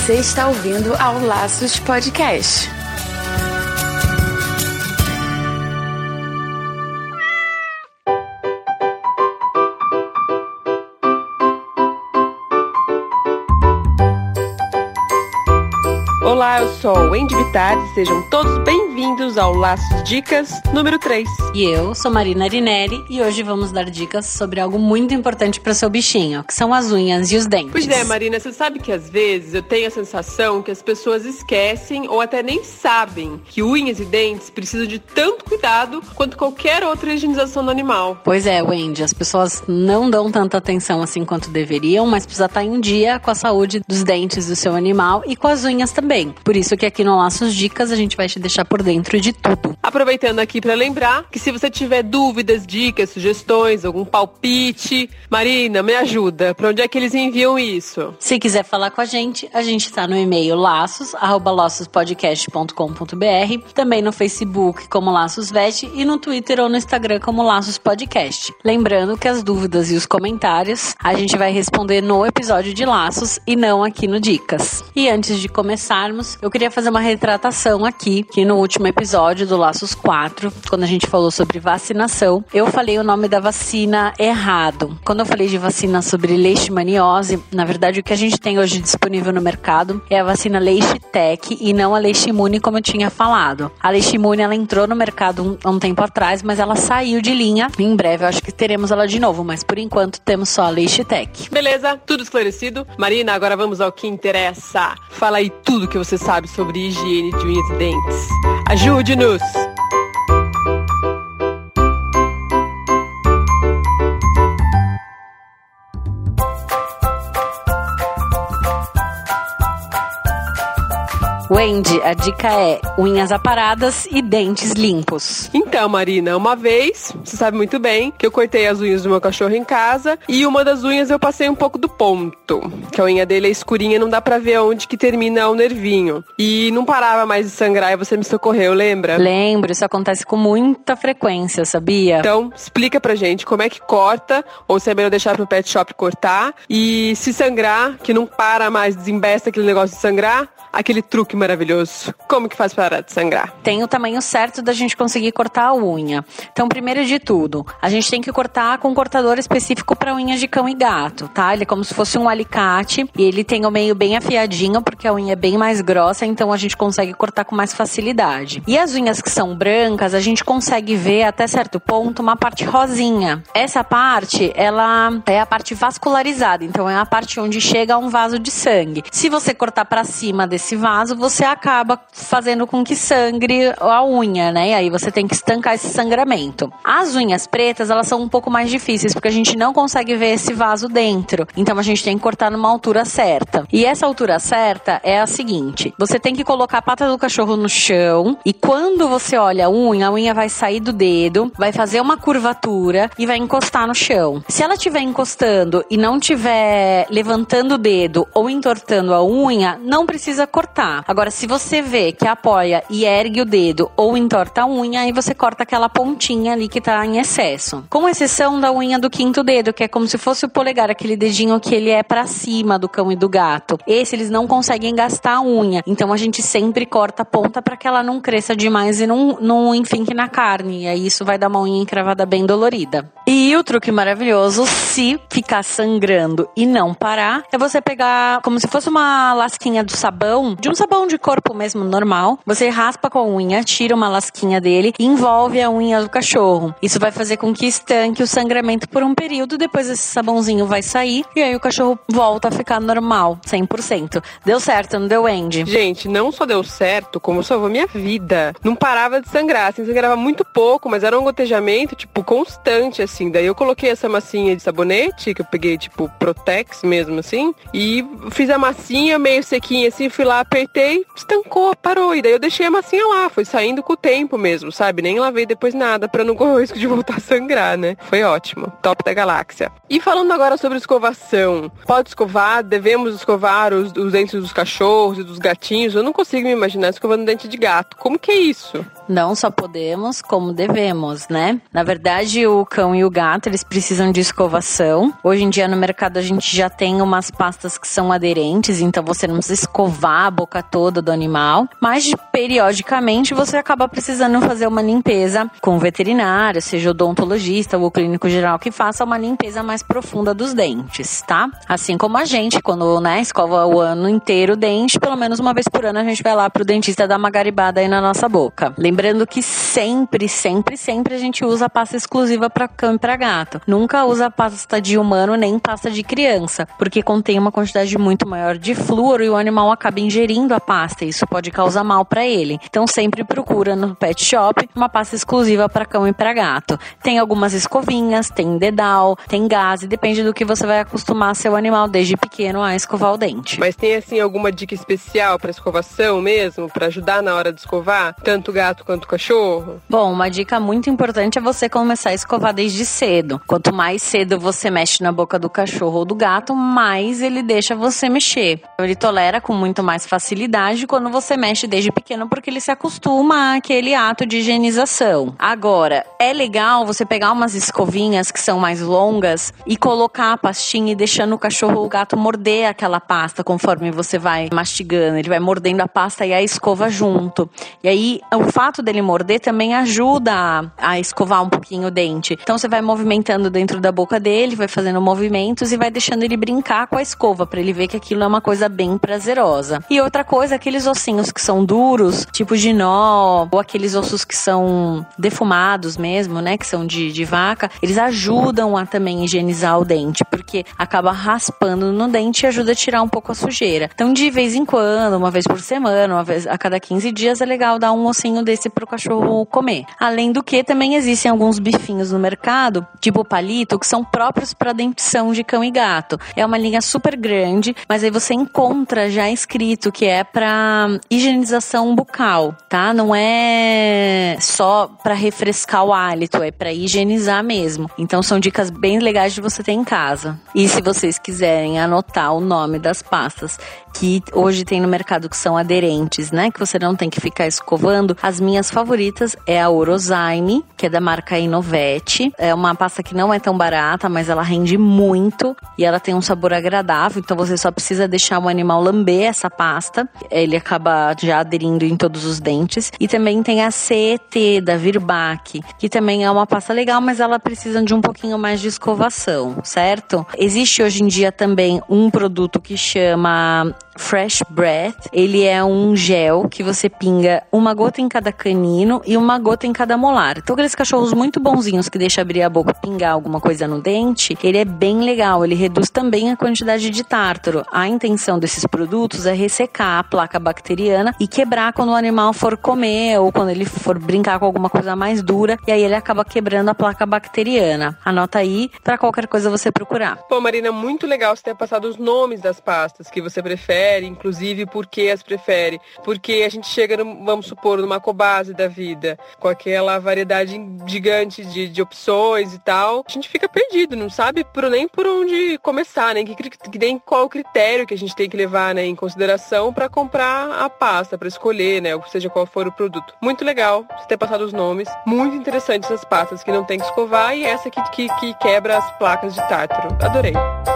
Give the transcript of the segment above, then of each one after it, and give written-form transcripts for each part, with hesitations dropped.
Você está ouvindo ao Laços Podcast. Olá, eu sou a Wendy Vitale, sejam todos bem-vindos ao Laços Dicas número 3. E eu sou Marina Arinelli e hoje vamos dar dicas sobre algo muito importante para o seu bichinho, que são as unhas e os dentes. Pois é, Marina, você sabe que às vezes eu tenho a sensação que as pessoas esquecem ou até nem sabem que unhas e dentes precisam de tanto cuidado quanto qualquer outra higienização do animal. Pois é, Wendy, as pessoas não dão tanta atenção assim quanto deveriam, mas precisa estar em dia com a saúde dos dentes do seu animal e com as unhas também. Por isso que aqui no Laços Dicas a gente vai te deixar por dentro de tudo. Aproveitando aqui para lembrar que se você tiver dúvidas, dicas, sugestões, algum palpite, Marina, me ajuda. Para onde é que eles enviam isso? Se quiser falar com a gente tá no e-mail laços@laçospodcast.com.br, também no Facebook como Laços Vet e no Twitter ou no Instagram como Laços Podcast. Lembrando que as dúvidas e os comentários a gente vai responder no episódio de Laços e não aqui no Dicas. E antes de começarmos, eu queria fazer uma retratação aqui, que no último episódio do Laços 4, quando a gente falou sobre vacinação, eu falei o nome da vacina errado. Quando eu falei de vacina sobre leishmaniose, na verdade o que a gente tem hoje disponível no mercado é a vacina Leishtek e não a Leishmune, como eu tinha falado. A Leishmune, ela entrou no mercado há um tempo atrás, mas ela saiu de linha. Em breve eu acho que teremos ela de novo, mas por enquanto temos só a Leishtek. Beleza, tudo esclarecido. Marina, agora vamos ao que interessa. Fala aí tudo que você sabe sobre higiene de unhas e dentes. Ajude-nos! Wendy, a dica é unhas aparadas e dentes limpos. Então, Marina, uma vez, você sabe muito bem, que eu cortei as unhas do meu cachorro em casa e uma das unhas eu passei um pouco do ponto, que a unha dele é escurinha, não dá pra ver onde que termina o nervinho. E não parava mais de sangrar e você me socorreu, lembra? Lembro, isso acontece com muita frequência, sabia? Então, explica pra gente como é que corta, ou se é melhor deixar pro pet shop cortar, e se sangrar, que não para mais, desembesta aquele negócio de sangrar, aquele truque maravilhoso. Como que faz para parar de sangrar? Tem o tamanho certo da gente conseguir cortar a unha. Então, primeiro de tudo, a gente tem que cortar com um cortador específico para unhas de cão e gato, tá? Ele é como se fosse um alicate e ele tem o meio bem afiadinho porque a unha é bem mais grossa, então a gente consegue cortar com mais facilidade. E as unhas que são brancas, a gente consegue ver até certo ponto uma parte rosinha. Essa parte, ela é a parte vascularizada, então é a parte onde chega um vaso de sangue. Se você cortar para cima desse vaso, você acaba fazendo com que sangre a unha, né? E aí você tem que estancar esse sangramento. As unhas pretas, elas são um pouco mais difíceis, porque a gente não consegue ver esse vaso dentro. Então a gente tem que cortar numa altura certa. E essa altura certa é a seguinte: você tem que colocar a pata do cachorro no chão e quando você olha a unha vai sair do dedo, vai fazer uma curvatura e vai encostar no chão. Se ela estiver encostando e não estiver levantando o dedo ou entortando a unha, não precisa cortar. Agora, se você vê que apoia e ergue o dedo ou entorta a unha, aí você corta aquela pontinha ali que tá em excesso. Com exceção da unha do quinto dedo, que é como se fosse o polegar, aquele dedinho que ele é pra cima do cão e do gato. Esse, eles não conseguem gastar a unha. Então, a gente sempre corta a ponta pra que ela não cresça demais e não enfinque na carne. E aí, isso vai dar uma unha encravada bem dolorida. E o truque maravilhoso, se ficar sangrando e não parar, é você pegar como se fosse uma lasquinha do sabão, de um sabão de corpo mesmo normal, você raspa com a unha, tira uma lasquinha dele e envolve a unha do cachorro. Isso vai fazer com que estanque o sangramento por um período, depois esse sabãozinho vai sair e aí o cachorro volta a ficar normal, 100%. Deu certo, não deu, Wendy? Gente, não só deu certo, como salvou minha vida. Não parava de sangrar, assim, sangrava muito pouco, mas era um gotejamento, tipo, constante, assim. Daí eu coloquei essa massinha de sabonete, que eu peguei, tipo, Protex mesmo, assim, e fiz a massinha meio sequinha, assim, fui lá, apertei, estancou, parou. E daí eu deixei a massinha lá, foi saindo com o tempo mesmo, sabe? Nem lavei depois nada, pra não correr o risco de voltar a sangrar, né? Foi ótimo. Top da galáxia. E falando agora sobre escovação. Pode escovar? Devemos escovar os dentes dos cachorros e dos gatinhos? Eu não consigo me imaginar escovando dente de gato. Como que é isso? Não só podemos, como devemos, né? Na verdade, o cão e o gato, eles precisam de escovação. Hoje em dia no mercado a gente já tem umas pastas que são aderentes, então você não precisa escovar a boca toda do animal, mas periodicamente você acaba precisando fazer uma limpeza com o veterinário, seja odontologista ou o clínico geral, que faça uma limpeza mais profunda dos dentes, tá? Assim como a gente, quando, né, escova o ano inteiro o dente, pelo menos uma vez por ano a gente vai lá pro dentista dar uma garibada aí na nossa boca. Lembrando que sempre a gente usa pasta exclusiva para cão e para gato. Nunca usa pasta de humano nem pasta de criança, porque contém uma quantidade muito maior de flúor e o animal acaba ingerindo a pasta, e isso pode causar mal para ele. Então sempre procura no pet shop uma pasta exclusiva para cão e para gato. Tem algumas escovinhas, tem dedal, tem gás, e depende do que você vai acostumar seu animal desde pequeno a escovar o dente. Mas tem assim alguma dica especial para escovação mesmo, para ajudar na hora de escovar, tanto o gato quanto o cachorro? Bom, uma dica muito importante é você começar a escovar desde cedo. Quanto mais cedo você mexe na boca do cachorro ou do gato, mais ele deixa você mexer. Ele tolera com muito mais facilidade quando você mexe desde pequeno, porque ele se acostuma àquele ato de higienização. Agora, é legal você pegar umas escovinhas que são mais longas e colocar a pastinha e deixando o cachorro ou o gato morder aquela pasta conforme você vai mastigando. Ele vai mordendo a pasta e a escova junto. E aí, o fato dele morder também ajuda a escovar um pouquinho o dente. Então, você vai movimentando dentro da boca dele, vai fazendo movimentos e vai deixando ele brincar com a escova, pra ele ver que aquilo é uma coisa bem prazerosa. E outra coisa, aqueles ossinhos que são duros, tipo ginó, ou aqueles ossos que são defumados mesmo, né, que são de vaca, eles ajudam a também higienizar o dente, porque acaba raspando no dente e ajuda a tirar um pouco a sujeira. Então, de vez em quando, uma vez por semana, uma vez a cada 15 dias, é legal dar um ossinho desse pro cachorro comer. Além do que, também existem alguns bifinhos no mercado, tipo palito, que são próprios para dentição de cão e gato. É uma linha super grande, mas aí você encontra já escrito que é para higienização bucal, tá? Não é só para refrescar o hálito, é para higienizar mesmo. Então são dicas bem legais de você ter em casa. E se vocês quiserem anotar o nome das pastas que hoje tem no mercado que são aderentes, né? Que você não tem que ficar escovando. As minhas favoritas é a Orozyme, que é da marca Innovete. É uma pasta que não é tão barata, mas ela rende muito e ela tem um sabor agradável. Então você só precisa deixar o animal lamber essa pasta. Ele acaba já aderindo em todos os dentes. E também tem a CET da Virbac, que também é uma pasta legal, mas ela precisa de um pouquinho mais de escovação, certo? Existe hoje em dia também um produto que chama Fresh Breath. Ele é um gel que você pinga uma gota em cada canino e uma gota em cada molar. Então aqueles cachorros muito bonzinhos que deixam abrir a boca e pingar alguma coisa no dente, ele é bem legal, ele reduz também a quantidade de tártaro. A intenção desses produtos é ressecar a placa bacteriana e quebrar quando o animal for comer ou quando ele for brincar com alguma coisa mais dura, e aí ele acaba quebrando a placa bacteriana. Anota aí para qualquer coisa você procurar. Pô, Marina, muito legal você ter passado os nomes das pastas que você prefere, inclusive por que as prefere. Porque a gente chega, vamos supor, numa Cobase da vida, com aquela variedade gigante de opções e tal, a gente fica perdido, não sabe nem por onde começar, nem qual o critério que a gente tem que levar, né, em consideração para comprar a pasta, para escolher, né, ou seja qual for o produto. Muito legal você ter passado os nomes, muito interessantes as pastas que não tem que escovar e essa que quebra as placas de tártaro. Adorei.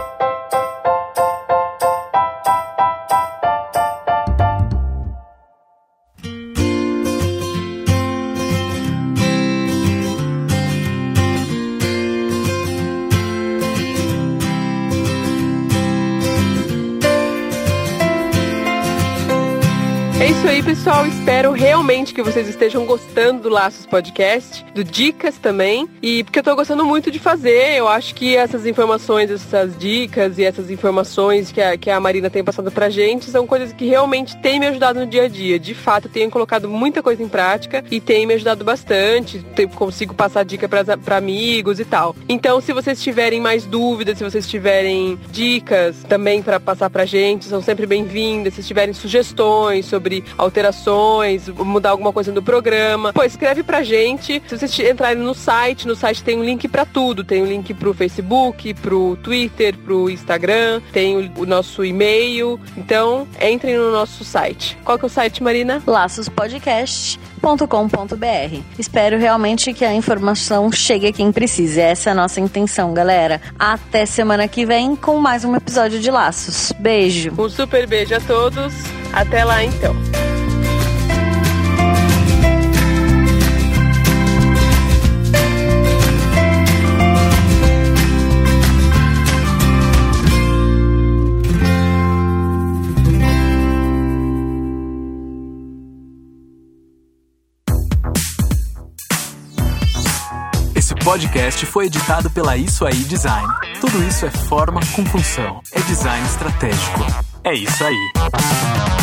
É isso aí, pessoal. Espero realmente que vocês estejam gostando do Laços Podcast, do Dicas também. E porque eu tô gostando muito de fazer. Eu acho que essas informações, essas dicas e essas informações que a Marina tem passado pra gente são coisas que realmente têm me ajudado no dia a dia. De fato, eu tenho colocado muita coisa em prática e tem me ajudado bastante. Consigo passar dica pra amigos e tal. Então, se vocês tiverem mais dúvidas, se vocês tiverem dicas também pra passar pra gente, são sempre bem-vindas. Se tiverem sugestões sobre sobre alterações, mudar alguma coisa no programa. Pô, escreve pra gente. Se vocês entrarem no site tem um link pra tudo. Tem um link pro Facebook, pro Twitter, pro Instagram, tem o nosso e-mail. Então, entrem no nosso site. Qual que é o site, Marina? laçospodcast.com.br. Espero realmente que a informação chegue a quem precisa. Essa é a nossa intenção, galera. Até semana que vem com mais um episódio de Laços. Beijo. Um super beijo a todos. Até lá, então. Esse podcast foi editado pela Isso Aí Design. Tudo isso é forma com função. É design estratégico. É isso aí.